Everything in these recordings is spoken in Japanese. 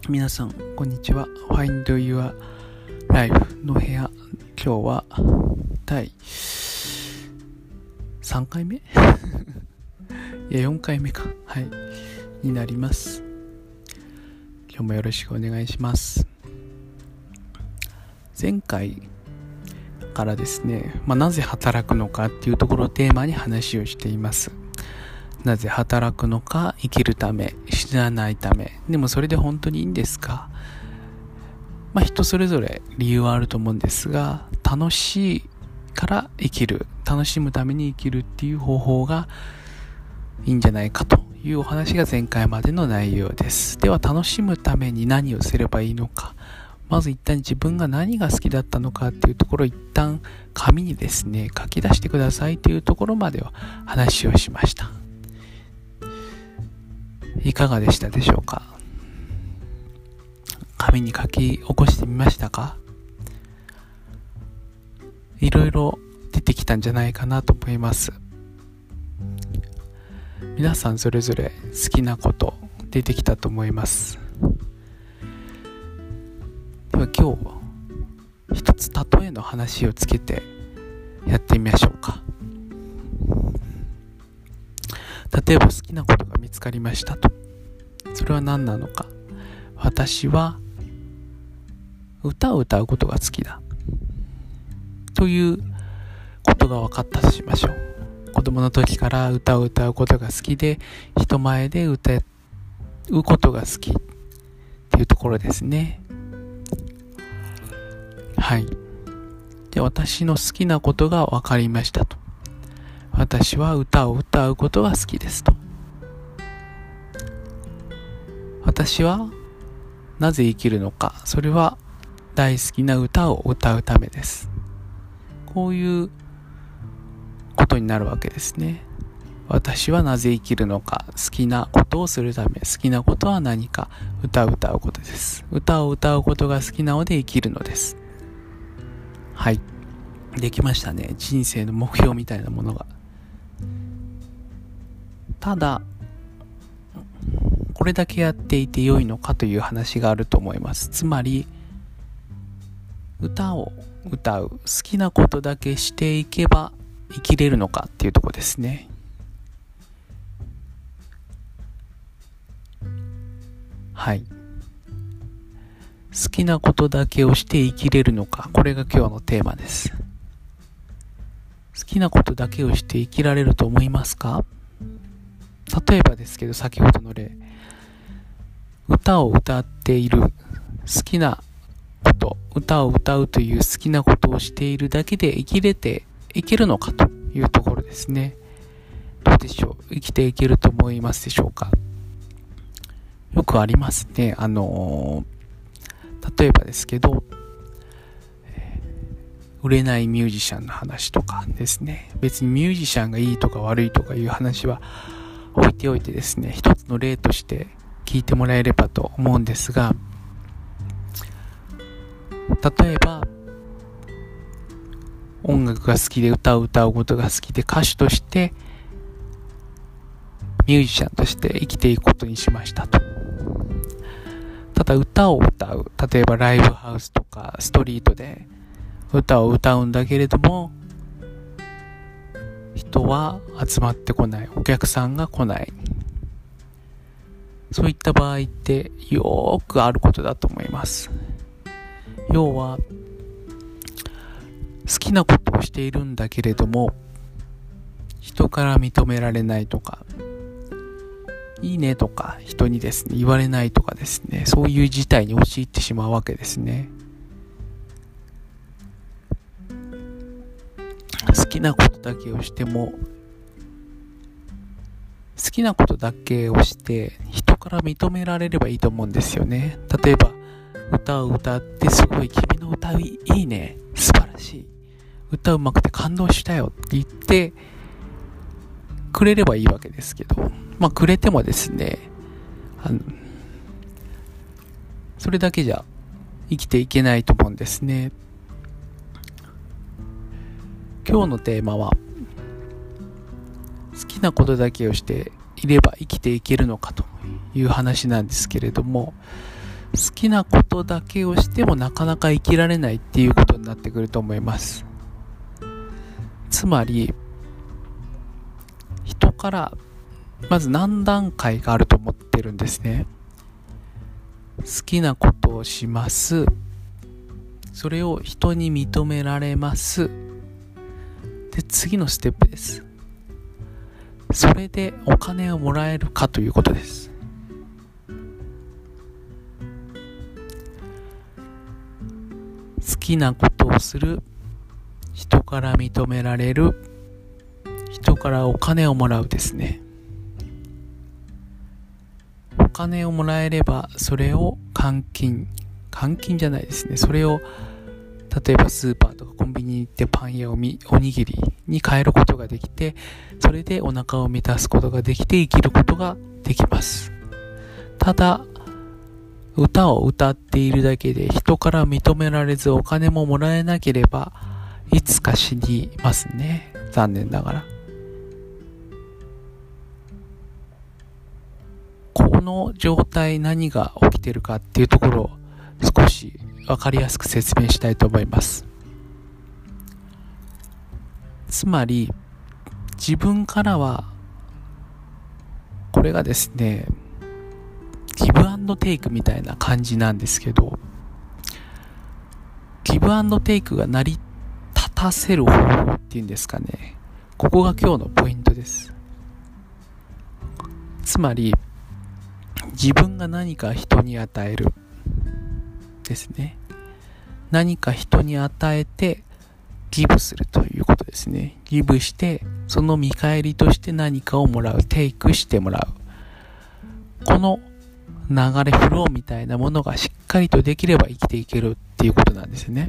皆さんこんにちは。 Find Your Life の部屋、今日は第3回目いや4回目か、はいになります。今日もよろしくお願いします。前回からですね、なぜ働くのかっていうところをテーマに話をしています。なぜ働くのか、生きるため、死なないため。でもそれで本当にいいんですか？人それぞれ理由はあると思うんですが、楽しいから生きる、楽しむために生きるっていう方法がいいんじゃないかというお話が前回までの内容です。では楽しむために何をすればいいのか、まず一旦自分が何が好きだったのかっていうところを一旦紙にですね書き出してくださいというところまでは話をしました。いかがでしたでしょうか？紙に書き起こしてみましたか？いろいろ出てきたんじゃないかなと思います。皆さんそれぞれ好きなこと出てきたと思います。では今日一つ例えの話をつけてやってみましょうか。例えば好きなことが見つかりましたと。それは何なのか。私は歌を歌うことが好きだということが分かったとしましょう。子供の時から歌を歌うことが好きで、人前で歌うことが好きっていうところですね。はい。で、私の好きなことが分かりましたと。私は歌を歌うことが好きですと。私はなぜ生きるのか。それは大好きな歌を歌うためです。こういうことになるわけですね。私はなぜ生きるのか。好きなことをするため。好きなことは何か。歌を歌うことです。歌を歌うことが好きなので生きるのです。はい。できましたね。人生の目標みたいなものが。ただ、これだけやっていて良いのかという話があると思います。つまり、歌を歌う、好きなことだけしていけば生きれるのかっていうところですね。はい。好きなことだけをして生きれるのか、これが今日のテーマです。好きなことだけをして生きられると思いますか？例えばですけど、先ほどの例、歌を歌っている、好きなこと、歌を歌うという好きなことをしているだけで生きるのかというところですね。どうでしょう？生きていけると思いますでしょうか？よくありますね。例えばですけど、売れないミュージシャンの話とかですね。別にミュージシャンがいいとか悪いとかいう話は置いておいてですね、一つの例として聞いてもらえればと思うんですが、例えば音楽が好きで歌を歌うことが好きで歌手としてミュージシャンとして生きていくことにしましたと。ただ歌を歌う、例えばライブハウスとかストリートで歌を歌うんだけれども人は集まってこない、お客さんが来ない、そういった場合ってよくあることだと思います。要は好きなことをしているんだけれども人から認められないとか、いいねとか人にですね言われないとかですね、そういう事態に陥ってしまうわけですね。好きなことだけをしても、好きなことだけをして人から認められればいいと思うんですよね。例えば歌を歌って、すごい君の歌いいね、素晴らしい、歌うまくて感動したよって言ってくれればいいわけですけど、くれてもですね、それだけじゃ生きていけないと思うんですね。今日のテーマは好きなことだけをしていれば生きていけるのかという話なんですけれども、 好きなことだけをしてもなかなか生きられないっていうことになってくると思います。つまり人からまず何段階があると思ってるんですね。好きなことをします。それを人に認められます。で、次のステップです。それでお金をもらえるかということです。好きなことをする、人から認められる、人からお金をもらうですね。お金をもらえればそれを換金じゃないですね。それを例えばスーパーとかコンビニに行ってパンやおにぎりに変えることができて、それでお腹を満たすことができて生きることができます。ただ歌を歌っているだけで人から認められずお金ももらえなければいつか死にますね。残念ながら。この状態、何が起きているかっていうところを少し分かりやすく説明したいと思います。つまり自分からはこれがですね、ギブアンドテイクみたいな感じなんですけど、ギブアンドテイクが成り立たせる方法っていうんですかね。ここが今日のポイントです。つまり自分が何か人に与えるですね。何か人に与えてギブするということですね。ギブしてその見返りとして何かをもらう、テイクしてもらう。この流れフローみたいなものがしっかりとできれば生きていけるっていうことなんですね。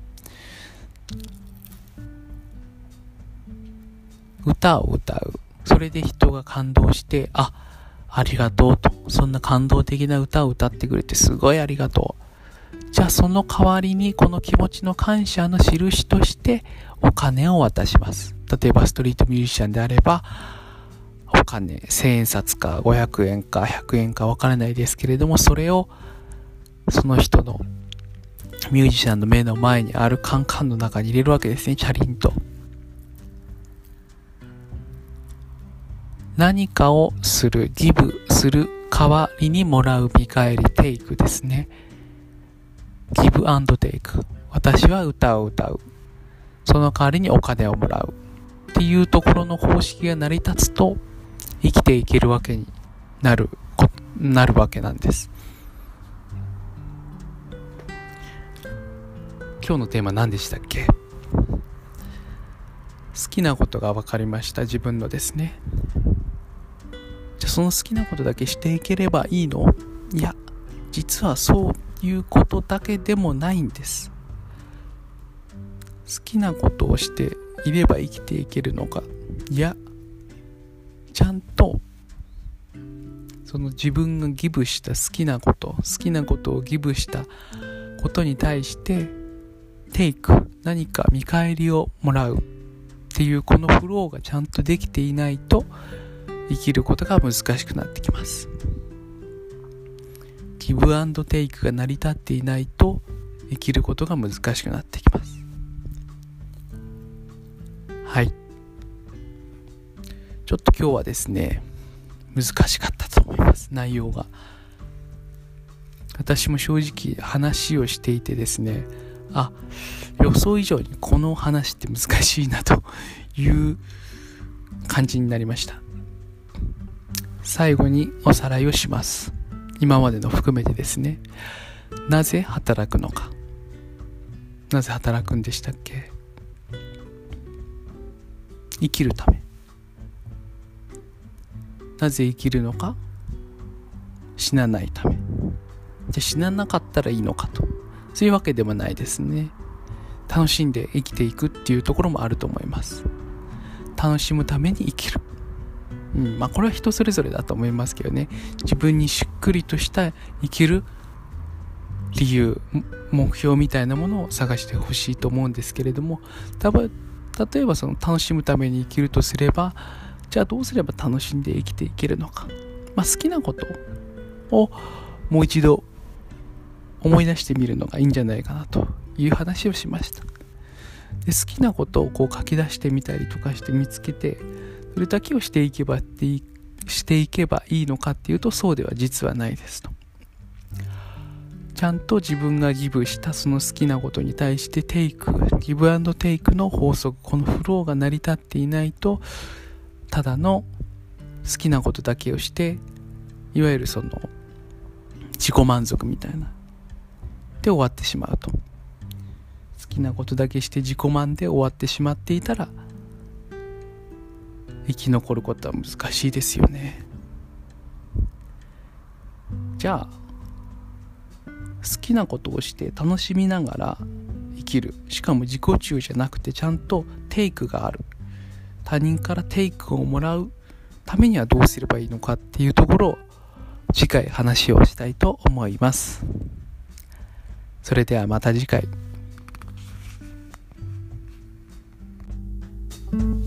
歌を歌う。それで人が感動して、ありがとうと。そんな感動的な歌を歌ってくれてすごいありがとう。じゃあその代わりにこの気持ちの感謝の印としてお金を渡します。例えばストリートミュージシャンであれば、お金、1000円札か500円か100円かわからないですけれども、それをその人のミュージシャンの目の前にあるカンカンの中に入れるわけですね。チャリンと。何かをする、ギブする代わりにもらう見返り、テイクですね。ギブアンドテイク。私は歌を歌う。その代わりにお金をもらう。っていうところの方式が成り立つと生きていけるわけになるわけなんです。今日のテーマ何でしたっけ？好きなことが分かりました。自分のですね。じゃあその好きなことだけしていければいいの？いや、実はそういうことだけでもないんです。好きなことをしていれば生きていけるのか。いや、ちゃんとその自分がギブした好きなことをギブしたことに対してテイク、何か見返りをもらうっていうこのフローがちゃんとできていないと生きることが難しくなってきます。ギブアンドテイクが成り立っていないと生きることが難しくなってきます。はい。ちょっと今日はですね、難しかったと思います。内容が。私も正直話をしていてですね、予想以上にこの話って難しいなという感じになりました。最後におさらいをします。今までの含めてですね。なぜ働くのか。なぜ働くんでしたっけ？生きるため。なぜ生きるのか？死なないため。じゃあ死ななかったらいいのかと。そういうわけでもないですね。楽しんで生きていくっていうところもあると思います。楽しむために生きる。これは人それぞれだと思いますけどね。自分にしっくりとした生きる理由、目標みたいなものを探してほしいと思うんですけれども、例えばその楽しむために生きるとすれば、じゃあどうすれば楽しんで生きていけるのか。好きなことをもう一度思い出してみるのがいいんじゃないかなという話をしました。で、好きなことを書き出してみたりとかして見つけて、それだけをしていけばいいのかっていうと、そうでは実はないですと。ちゃんと自分がギブしたその好きなことに対してギブアンドテイクの法則、このフローが成り立っていないと、ただの好きなことだけをして、いわゆるその自己満足みたいなで終わってしまうと。好きなことだけして自己満で終わってしまっていたら、生き残ることは難しいですよね。じゃあ好きなことをして楽しみながら生きる、しかも自己中じゃなくてちゃんとテイクがある、他人からテイクをもらうためにはどうすればいいのかっていうところを次回話をしたいと思います。それではまた次回。